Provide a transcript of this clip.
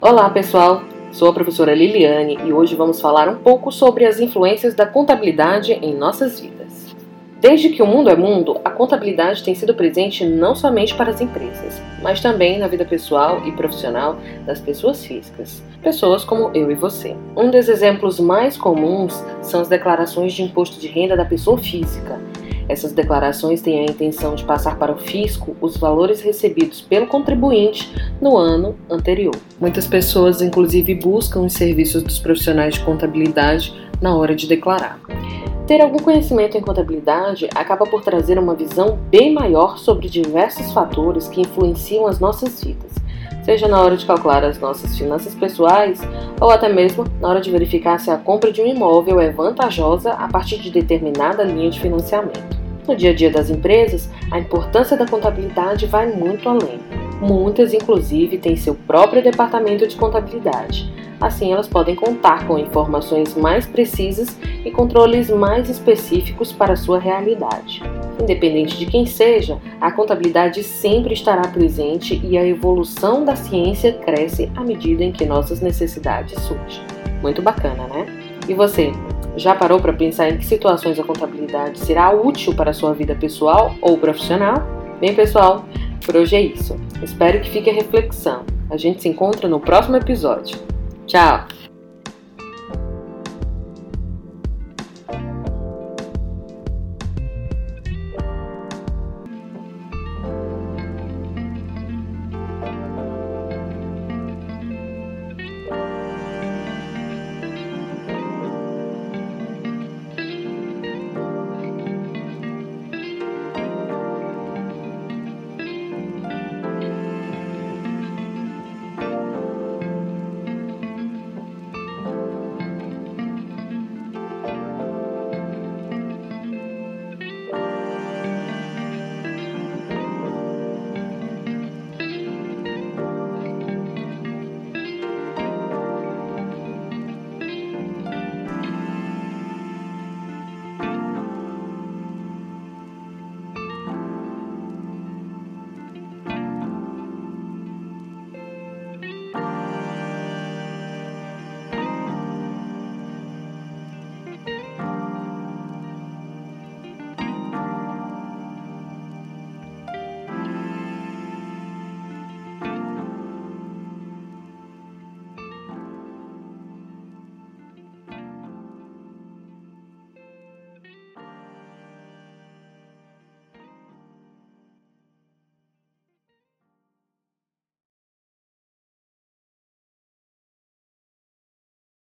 Olá pessoal, sou a professora Liliane e hoje vamos falar um pouco sobre as influências da contabilidade em nossas vidas. Desde que o mundo é mundo, a contabilidade tem sido presente não somente para as empresas, mas também na vida pessoal e profissional das pessoas físicas, pessoas como eu e você. Um dos exemplos mais comuns são as declarações de imposto de renda da pessoa física. Essas declarações têm a intenção de passar para o fisco os valores recebidos pelo contribuinte no ano anterior. Muitas pessoas, inclusive, buscam os serviços dos profissionais de contabilidade na hora de declarar. Ter algum conhecimento em contabilidade acaba por trazer uma visão bem maior sobre diversos fatores que influenciam as nossas vidas, seja na hora de calcular as nossas finanças pessoais ou até mesmo na hora de verificar se a compra de um imóvel é vantajosa a partir de determinada linha de financiamento. No dia a dia das empresas, a importância da contabilidade vai muito além. Muitas, inclusive, têm seu próprio departamento de contabilidade. Assim, elas podem contar com informações mais precisas e controles mais específicos para a sua realidade. Independente de quem seja, a contabilidade sempre estará presente e a evolução da ciência cresce à medida em que nossas necessidades surgem. Muito bacana, né? E você, já parou para pensar em que situações a contabilidade será útil para a sua vida pessoal ou profissional? Bem, pessoal, por hoje é isso. Espero que fique a reflexão. A gente se encontra no próximo episódio. Tchau!